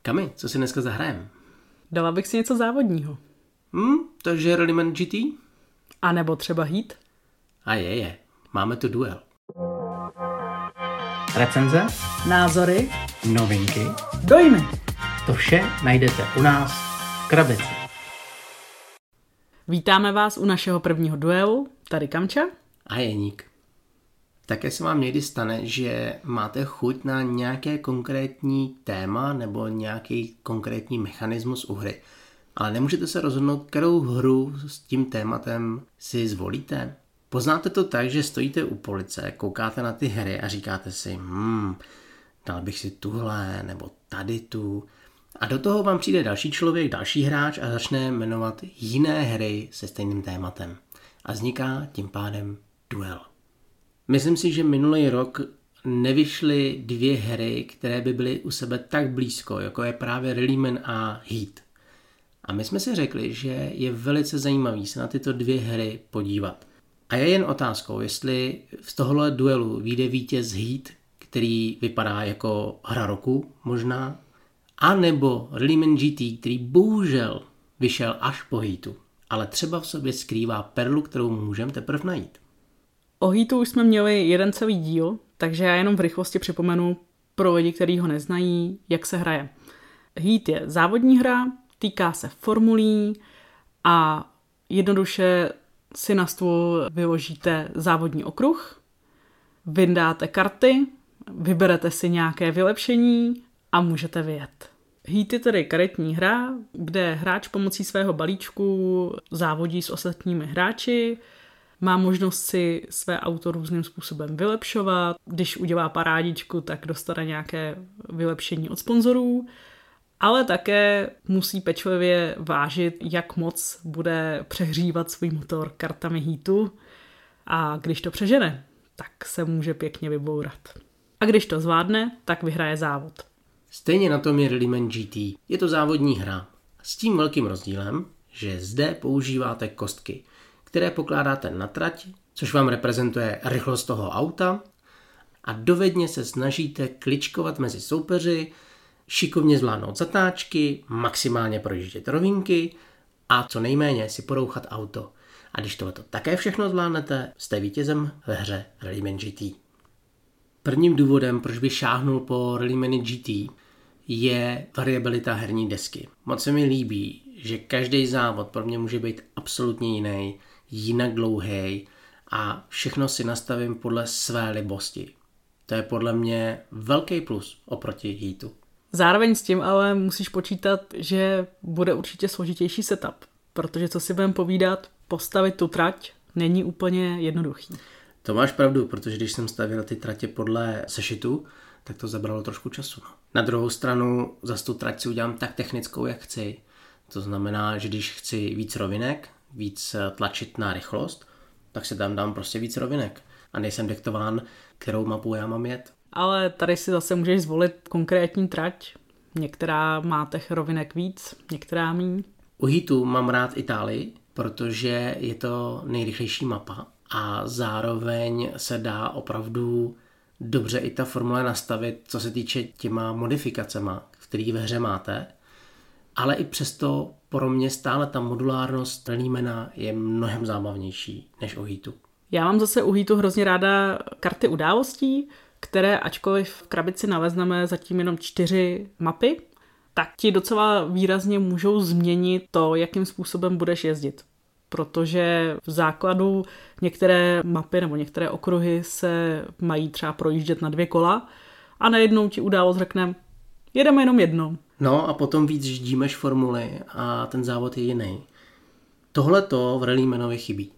Kami, co si dneska zahrajem? Dala bych si něco závodního. Takže Rallyman GT? A nebo třeba Heat? A je. Máme tu duel. Recenze, Názory? novinky, Dojmy! to vše najdete u nás v Krabici. Vítáme vás u našeho prvního duelu. Tady Kamča. A Jeník. Také se vám někdy stane, že máte chuť na nějaké konkrétní téma nebo nějaký konkrétní mechanismus u hry, ale nemůžete se rozhodnout, kterou hru s tím tématem si zvolíte. Poznáte to tak, že stojíte u police, koukáte na ty hry a říkáte si, dal bych si tuhle nebo tady tu. A do toho vám přijde další člověk, další hráč a začne jmenovat jiné hry se stejným tématem. A vzniká tím pádem duel. Myslím si, že minulý rok nevyšly dvě hry, které by byly u sebe tak blízko, jako je právě Rallyman a Heat. A my jsme si řekli, že je velice zajímavý se na tyto dvě hry podívat. A je jen otázkou, jestli z tohohle duelu vyjde vítěz Heat, který vypadá jako hra roku možná, a nebo Rallyman GT, který bohužel vyšel až po Heatu, ale třeba v sobě skrývá perlu, kterou můžeme teprve najít. O Heatu už jsme měli jeden celý díl, takže já jenom v rychlosti připomenu pro lidi, kteří ho neznají, jak se hraje. Heat je závodní hra, týká se formulí a jednoduše si na stůl vyložíte závodní okruh, vyndáte karty, vyberete si nějaké vylepšení a můžete vyjet. Heat je tedy karetní hra, kde hráč pomocí svého balíčku závodí s ostatními hráči, má možnost si své auto různým způsobem vylepšovat. Když udělá parádičku, tak dostane nějaké vylepšení od sponzorů, ale také musí pečlivě vážit, jak moc bude přehřívat svůj motor kartami Heatu a když to přežene, tak se může pěkně vybourat. A když to zvládne, tak vyhraje závod. Stejně na tom je Rallyman GT. Je to závodní hra. S tím velkým rozdílem, že zde používáte kostky, které pokládáte na trať, což vám reprezentuje rychlost toho auta a dovedně se snažíte kličkovat mezi soupeři, šikovně zvládnout zatáčky, maximálně projíždět rovinky a co nejméně si porouchat auto. A když tohleto také všechno zvládnete, jste vítězem ve hře Rallyman GT. Prvním důvodem, proč bych šáhnul po Rallyman GT, je variabilita herní desky. Moc se mi líbí, že každý závod pro mě může být absolutně jiný, jinak dlouhý a všechno si nastavím podle své libosti. To je podle mě velký plus oproti Heatu. Zároveň s tím ale musíš počítat, že bude určitě složitější setup, protože co si budeme povídat, postavit tu trať není úplně jednoduchý. To máš pravdu, protože když jsem stavěl ty tratě podle sešitu, tak to zabralo trošku času. Na druhou stranu zase tu trať si udělám tak technickou, jak chci. To znamená, že když chci víc rovinek, víc tlačit na rychlost, tak si tam dám prostě víc rovinek. A nejsem diktován, kterou mapu já mám jet. Ale tady si zase můžeš zvolit konkrétní trať. Některá má těch rovinek víc, některá míň. U Heatu mám rád Itálii, protože je to nejrychlejší mapa a zároveň se dá opravdu dobře i ta formule nastavit, co se týče těma modifikacema, který ve hře máte. Ale i přesto pro mě stále ta modulárnost Rallymana je mnohem zábavnější než u Heatu. Já mám zase u Heatu hrozně ráda karty událostí, které ačkoliv v krabici nalezneme zatím jenom 4 mapy, tak ti docela výrazně můžou změnit to, jakým způsobem budeš jezdit. Protože v základu některé mapy nebo některé okruhy se mají třeba projíždět na 2 kola a najednou ti událost řekne, jedeme jenom jednou. No a potom víc ždímeš formuly a ten závod je jiný. Tohle to v Rallymanovi chybí.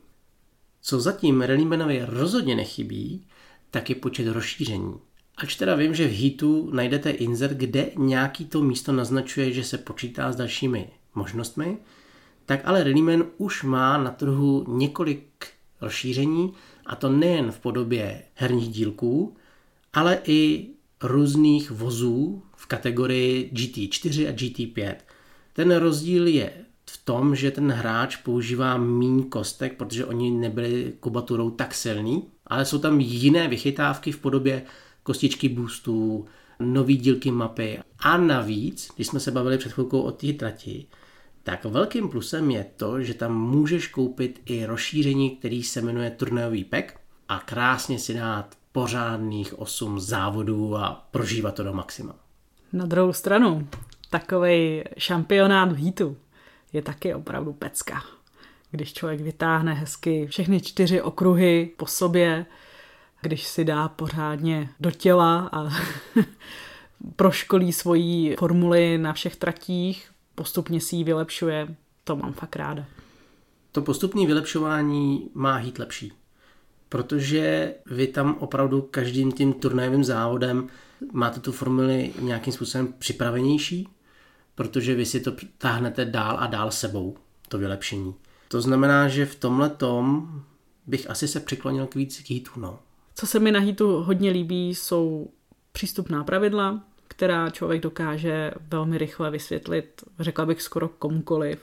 Co zatím Rallymanovi rozhodně nechybí, tak je počet rozšíření. Ač teda vím, že v Heatu najdete insert, kde nějaký to místo naznačuje, že se počítá s dalšími možnostmi, tak ale Rallyman už má na trhu několik rozšíření, a to nejen v podobě herních dílků, ale i různých vozů v kategorii GT4 a GT5. Ten rozdíl je v tom, že ten hráč používá míň kostek, protože oni nebyli kubaturou tak silný, ale jsou tam jiné vychytávky v podobě kostičky boostů nový dílky mapy. A navíc, když jsme se bavili před chvilkou o té trati, tak velkým plusem je to, že tam můžeš koupit i rozšíření, který se jmenuje turnajový pack a krásně si dát pořádných 8 závodů a prožívat to do maxima. Na druhou stranu, takovej šampionát v Heatu je taky opravdu pecka. Když člověk vytáhne hezky všechny 4 okruhy po sobě, když si dá pořádně do těla a proškolí svoji formuli na všech tratích, postupně si ji vylepšuje, to mám fakt ráda. To postupné vylepšování má Heat lepší, protože vy tam opravdu každým tím turnajovým závodem máte tu formuli nějakým způsobem připravenější, protože vy si to táhnete dál a dál sebou, to vylepšení. To znamená, že v tomhletom bych asi se přiklonil k víc k Heatu, no. Co se mi na Heatu hodně líbí, jsou přístupná pravidla, která člověk dokáže velmi rychle vysvětlit, řekla bych skoro komukoliv.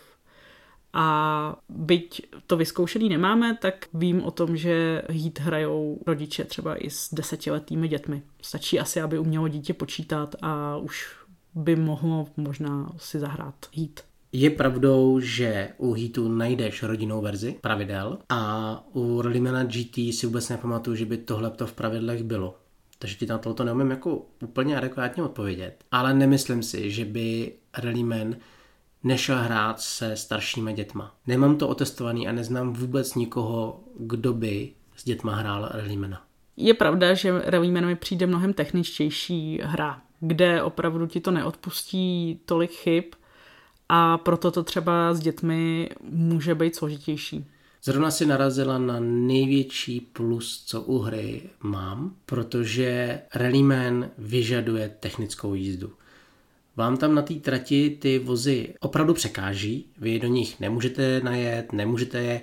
A byť to vyzkoušený nemáme, tak vím o tom, že Heat hrajou rodiče třeba i s 10letými dětmi. Stačí asi, aby umělo dítě počítat a už by mohlo možná si zahrát Heat. Je pravdou, že u Heatu najdeš rodinnou verzi pravidel a u Rallymana GT si vůbec nepamatuju, že by tohleto v pravidlech bylo. Takže ti na to neumím jako úplně adekvátně odpovědět. Ale nemyslím si, že by Rallyman nešel hrát se staršími dětma. Nemám to otestovaný a neznám vůbec nikoho, kdo by s dětma hrál Rallymana. Je pravda, že Rallyman mi přijde mnohem techničtější hra, kde opravdu ti to neodpustí tolik chyb a proto to třeba s dětmi může být složitější. Zrovna si narazila na největší plus, co u hry mám, protože Rallyman vyžaduje technickou jízdu. Vám tam na té trati ty vozy opravdu překáží, vy do nich nemůžete najet, nemůžete je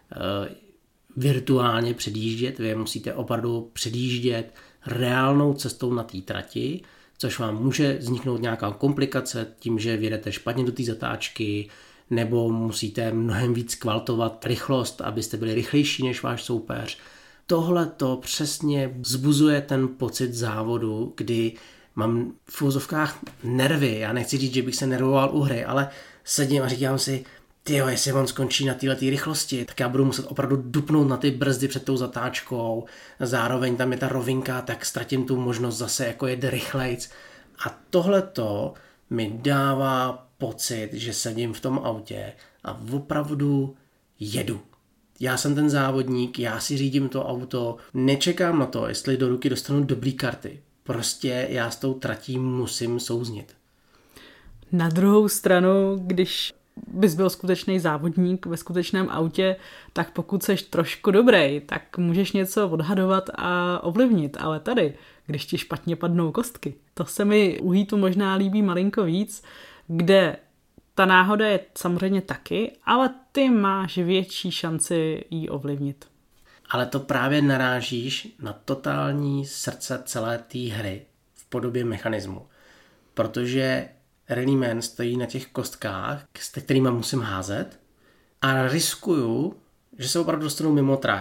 virtuálně předjíždět, vy je musíte opravdu předjíždět reálnou cestou na té trati, což vám může vzniknout nějaká komplikace tím, že vyjedete špatně do té zatáčky, nebo musíte mnohem víc kvaltovat rychlost, abyste byli rychlejší než váš soupeř. Tohle to přesně vzbuzuje ten pocit závodu, kdy mám v uvozovkách nervy. Já nechci říct, že bych se nervoval u hry, ale sedím a říkám si, tyjo, jestli on skončí na této rychlosti, tak já budu muset opravdu dupnout na ty brzdy před tou zatáčkou. Zároveň tam je ta rovinka, tak ztratím tu možnost zase jako jet rychlejc. A tohleto mi dává pocit, že sedím v tom autě a opravdu jedu. Já jsem ten závodník, já si řídím to auto, nečekám na to, jestli do ruky dostanu dobrý karty. Prostě já s tou tratí musím souznit. Na druhou stranu, když bys byl skutečný závodník ve skutečném autě, tak pokud seš trošku dobrý, tak můžeš něco odhadovat a ovlivnit. Ale tady, když ti špatně padnou kostky, to se mi u Heatu možná líbí malinko víc, kde ta náhoda je samozřejmě taky, ale ty máš větší šanci ji ovlivnit. Ale to právě narážíš na totální srdce celé té hry v podobě mechanismu. Protože Rallyman stojí na těch kostkách, s kterými musím házet a riskuju, že se opravdu dostanu mimo trať.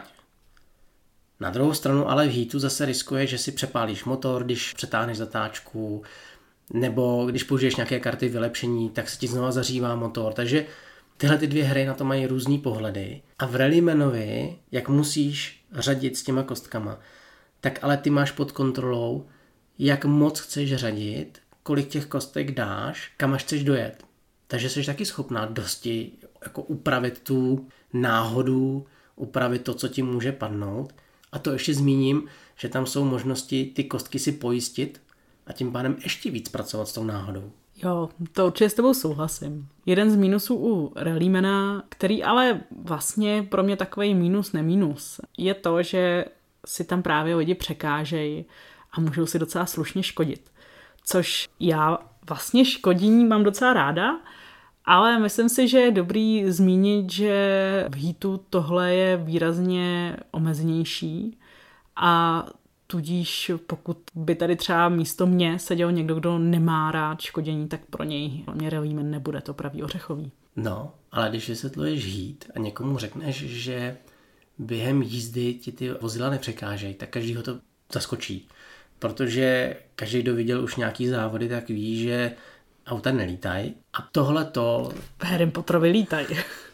Na druhou stranu ale v Heatu zase riskuje, že si přepálíš motor, když přetáhneš zatáčku, nebo když použiješ nějaké karty vylepšení, tak se ti znova zařívá motor. Takže tyhle ty dvě hry na to mají různý pohledy. A v Rallymanovi, jak musíš řadit s těma kostkama, tak ale ty máš pod kontrolou, jak moc chceš řadit, kolik těch kostek dáš, kam až chceš dojet. Takže jsi taky schopná dosti jako upravit tu náhodu, upravit to, co ti může padnout. A to ještě zmíním, že tam jsou možnosti ty kostky si pojistit a tím pádem ještě víc pracovat s tou náhodou. Jo, to určitě s tebou souhlasím. Jeden z mínusů u Rallymana, který ale vlastně pro mě takovej mínus nemínus, je to, že si tam právě lidi překážejí a můžou si docela slušně škodit. Což já vlastně škodění mám docela ráda, ale myslím si, že je dobrý zmínit, že v Heatu tohle je výrazně omezenější a tudíž pokud by tady třeba místo mě seděl někdo, kdo nemá rád škodění, tak pro něj Rallyman nebude to pravý ořechový. No, ale když vysvětluješ Heat a někomu řekneš, že během jízdy ti ty vozidla nepřekážejí, tak každý ho to zaskočí. protože každý, kdo viděl už nějaký závody, tak ví, že auta nelítají. A tohleto... V Harry Potterovi lítají.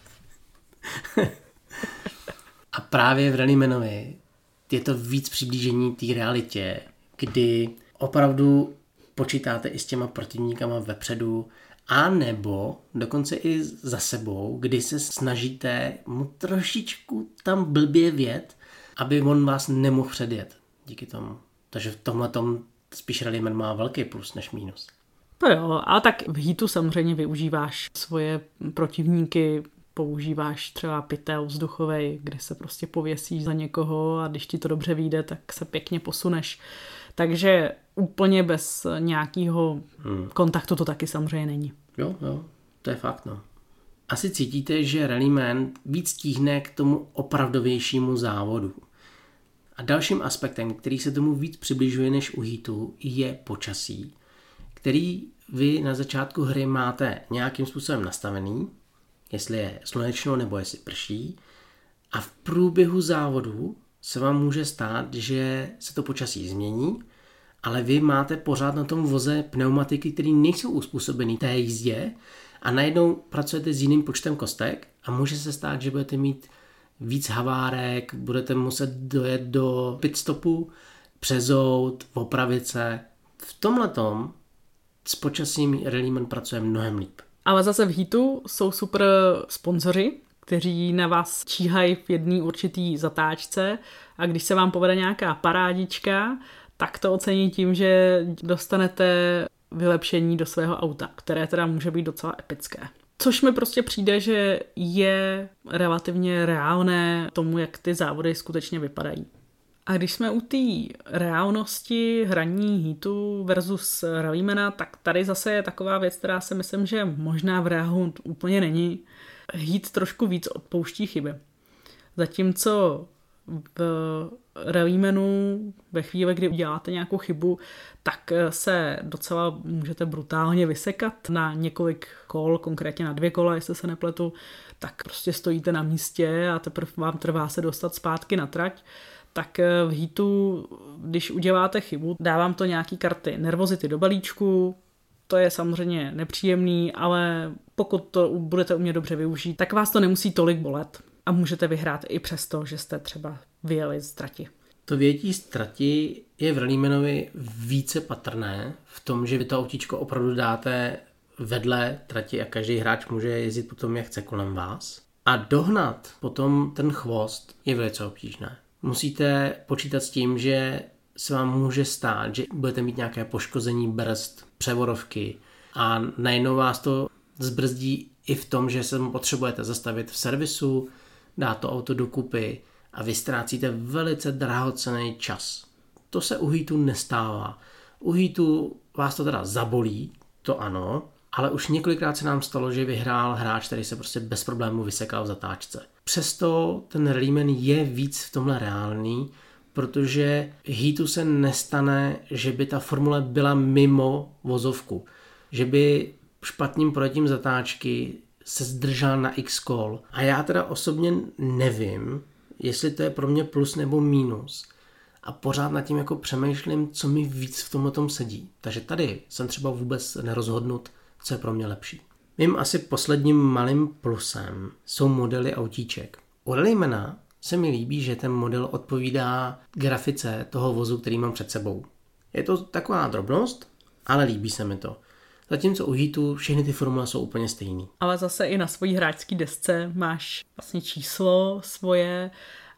A právě v Rallymanovi je to víc přiblížení té realitě, kdy opravdu počítáte i s těma protivníkama vepředu, a nebo dokonce i za sebou, kdy se snažíte mu trošičku tam blbě vjet, aby on vás nemohl předjet díky tomu. Takže v tomhletom spíš Rallyman má velký plus než mínus. To jo, ale tak v Heatu samozřejmě využíváš svoje protivníky, používáš třeba pytel vzduchovej, kde se prostě pověsíš za někoho a když ti to dobře vyjde, tak se pěkně posuneš. Takže úplně bez nějakého kontaktu to taky samozřejmě není. Jo, to je fakt, no. Asi cítíte, že Rallyman víc tíhne k tomu opravdovějšímu závodu. A dalším aspektem, který se tomu víc přibližuje než u Heatu, je počasí, který vy na začátku hry máte nějakým způsobem nastavený, jestli je slunečno nebo jestli prší, a v průběhu závodu se vám může stát, že se to počasí změní, ale vy máte pořád na tom voze pneumatiky, které nejsou uspůsobené té jízdě a najednou pracujete s jiným počtem kostek a může se stát, že budete mít víc havárek, budete muset dojet do pitstopu, přezout, opravit se. V tomhletom s počasím Rallyman pracuje mnohem líp. Ale zase v Heatu jsou super sponzoři, kteří na vás číhají v jedné určitý zatáčce a když se vám povede nějaká parádička, tak to ocení tím, že dostanete vylepšení do svého auta, které teda může být docela epické. Což mi prostě přijde, že je relativně reálné tomu, jak ty závody skutečně vypadají. A když jsme u té reálnosti hraní Heatu versus Rallymana, tak tady zase je taková věc, která si myslím, že možná v reálu úplně není. Heat trošku víc odpouští chyby. Zatímco v Rallymanu ve chvíli, kdy uděláte nějakou chybu, tak se docela můžete brutálně vysekat na několik kol, konkrétně na 2 kola, jestli se nepletu, tak prostě stojíte na místě a teprve vám trvá se dostat zpátky na trať. Tak v Heatu, když uděláte chybu, dávám to nějaký karty nervozity do balíčku, to je samozřejmě nepříjemný, ale pokud to budete umět dobře využít, tak vás to nemusí tolik bolet a můžete vyhrát i přesto, že jste třeba vyjeli z trati. To větí z trati je v Rallymanovi více patrné v tom, že vy to autíčko opravdu dáte vedle trati a každý hráč může jezdit potom, jak chce kolem vás. A dohnat potom ten chvost je velice obtížné. Musíte počítat s tím, že se vám může stát, že budete mít nějaké poškození brzd, převodovky a najednou vás to zbrzdí i v tom, že se potřebujete zastavit v servisu, dát to auto dokupy a vy ztrácíte velice drahocenný čas. To se u Heatu nestává. U Heatu vás to teda zabolí, to ano, ale už několikrát se nám stalo, že vyhrál hráč, který se prostě bez problémů vysekal v zatáčce. Přesto ten Rallyman je víc v tomhle reálný, protože Heatu se nestane, že by ta formule byla mimo vozovku. Že by špatným projetím zatáčky se zdržel na x kol. A já teda osobně nevím, jestli to je pro mě plus nebo mínus. A pořád nad tím jako přemýšlím, co mi víc v tomhle tom sedí. Takže tady jsem třeba vůbec nerozhodnut, co je pro mě lepší. Mým asi posledním malým plusem jsou modely autíček. U Rallymana se mi líbí, že ten model odpovídá grafice toho vozu, který mám před sebou. Je to taková drobnost, ale líbí se mi to. Zatímco u Heatu všechny ty formule jsou úplně stejný. Ale zase i na svojí hráčské desce máš vlastně číslo svoje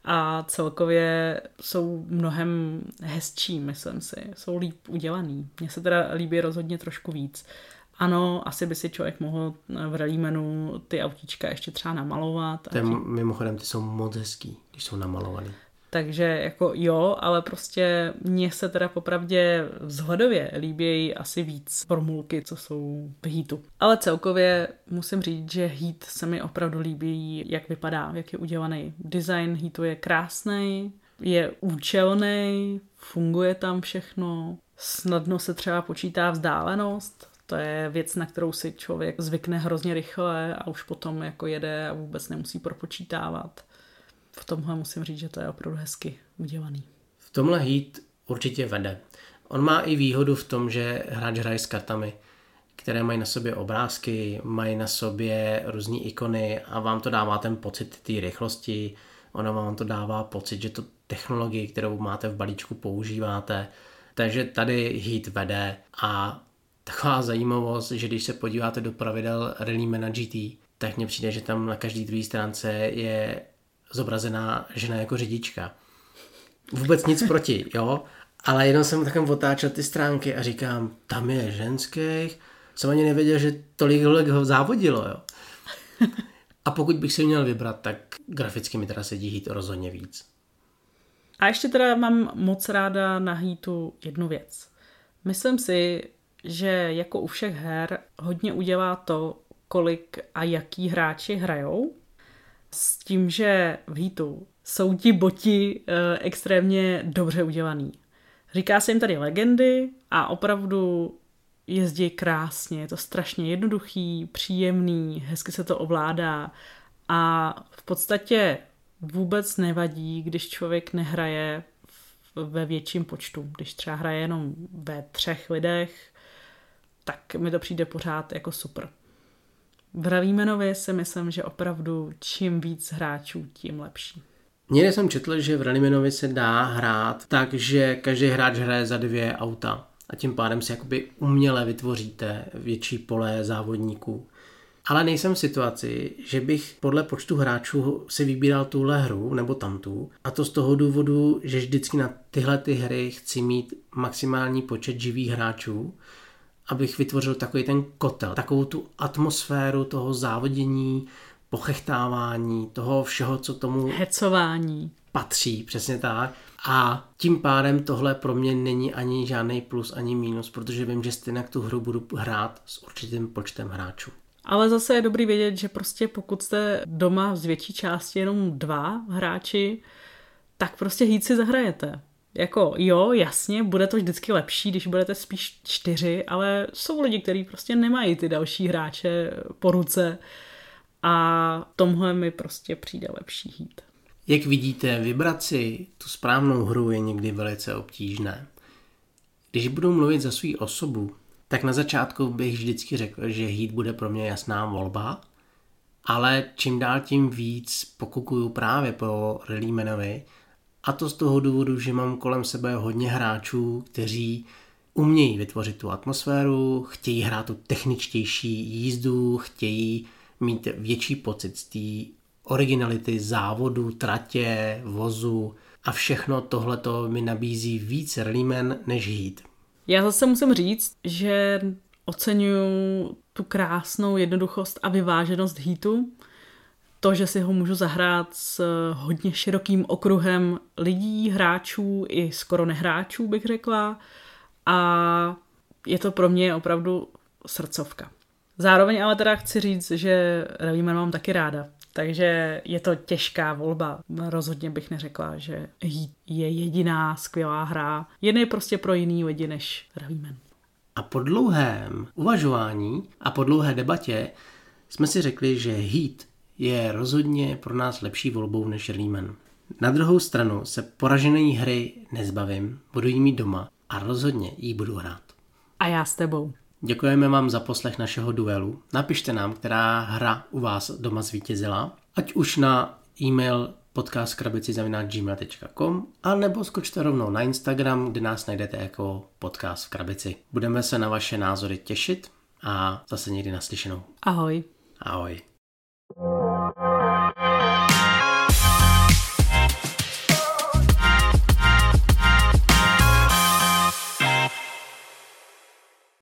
a celkově jsou mnohem hezčí, myslím si. Jsou líp udělaný. Mně se teda líbí rozhodně trošku víc. Ano, asi by si člověk mohl v Rallymanu ty autíčka ještě třeba namalovat. Mimochodem, ty jsou moc hezký, když jsou namalovaný. Takže jako jo, ale prostě mně se teda popravdě vzhledově líbí asi víc formulky, co jsou v Heatu. Ale celkově musím říct, že Heat se mi opravdu líbí, jak vypadá, jak je udělaný. Design Heatu je krásný, je účelný, funguje tam všechno, snadno se třeba počítá vzdálenost. To je věc, na kterou si člověk zvykne hrozně rychle a už potom jako jede a vůbec nemusí propočítávat. V tomhle musím říct, že to je opravdu hezky udělaný. V tomhle Heat určitě vede. On má i výhodu v tom, že hráč hraje s kartami, které mají na sobě obrázky, mají na sobě různé ikony a vám to dává ten pocit té rychlosti, ona vám to dává pocit, že to technologii, kterou máte v balíčku, používáte. Takže tady Heat vede a taková zajímavost, že když se podíváte do pravidel Rallymana GT, tak mně přijde, že tam na každé druhé stránce je zobrazená žena jako řidička. Vůbec nic proti, jo? Ale jenom jsem takem otáčel ty stránky a říkám, tam je ženských. Jsem ani nevěděl, že tolik holek ho závodilo, jo? A pokud bych si měl vybrat, tak graficky mi teda sedí Heat rozhodně víc. A ještě teda mám moc ráda na Heatu jednu věc. Myslím si, že jako u všech her hodně udělá to, kolik a jaký hráči hrajou. S tím, že v Heatu jsou ti boti extrémně dobře udělaný. Říká se jim tady legendy a opravdu jezdí krásně. Je to strašně jednoduchý, příjemný, hezky se to ovládá a v podstatě vůbec nevadí, když člověk nehraje ve větším počtu. Když třeba hraje jenom ve 3 lidech, tak mi to přijde pořád jako super. V Rallymanovi si myslím, že opravdu čím víc hráčů, tím lepší. Někde jsem četl, že v Rallymanovi se dá hrát tak, že každý hráč hraje za 2 auta a tím pádem si jakoby uměle vytvoříte větší pole závodníků. Ale nejsem v situaci, že bych podle počtu hráčů si vybíral tuhle hru nebo tamtu, a to z toho důvodu, že vždycky na tyhle ty hry chci mít maximální počet živých hráčů, abych vytvořil takový ten kotel, takovou tu atmosféru toho závodění, pochechtávání, toho všeho, co tomu hecování patří, přesně tak. A tím pádem tohle pro mě není ani žádný plus, ani mínus, protože vím, že stejně tu hru budu hrát s určitým počtem hráčů. Ale zase je dobrý vědět, že prostě pokud jste doma z větší části jenom 2 hráči, tak prostě Heat si zahrajete. Jako jo, jasně, bude to vždycky lepší, když budete spíš 4, ale jsou lidi, kteří prostě nemají ty další hráče po ruce a tomhle mi prostě přijde lepší Heat. Jak vidíte, vybrat si tu správnou hru je někdy velice obtížné. Když budu mluvit za svou osobu, tak na začátku bych vždycky řekl, že Heat bude pro mě jasná volba, ale čím dál tím víc pokukuju právě po Rallymanovi, a to z toho důvodu, že mám kolem sebe hodně hráčů, kteří umějí vytvořit tu atmosféru, chtějí hrát tu techničtější jízdu, chtějí mít větší pocit z té originality závodu, tratě, vozu a všechno tohleto mi nabízí víc Rallyman než Heat. Já zase musím říct, že oceňuju tu krásnou jednoduchost a vyváženost Heatu. To, že si ho můžu zahrát s hodně širokým okruhem lidí, hráčů i skoro nehráčů, bych řekla. A je to pro mě opravdu srdcovka. Zároveň ale teda chci říct, že Rallyman mám taky ráda. Takže je to těžká volba. Rozhodně bych neřekla, že Heat je jediná skvělá hra. Jen je prostě pro jiný lidi než Rallyman. A po dlouhém uvažování a po dlouhé debatě jsme si řekli, že Heat je rozhodně pro nás lepší volbou než Rallyman. Na druhou stranu se poražené hry nezbavím, budu jí mít doma a rozhodně jí budu hrát. A já s tebou. Děkujeme vám za poslech našeho duelu. Napište nám, která hra u vás doma zvítězila, ať už na e-mail podcastkrabici@gmail.com a nebo skočte rovnou na Instagram, kde nás najdete jako Podcast v krabici. Budeme se na vaše názory těšit a zase někdy naslyšenou. Ahoj. Ahoj.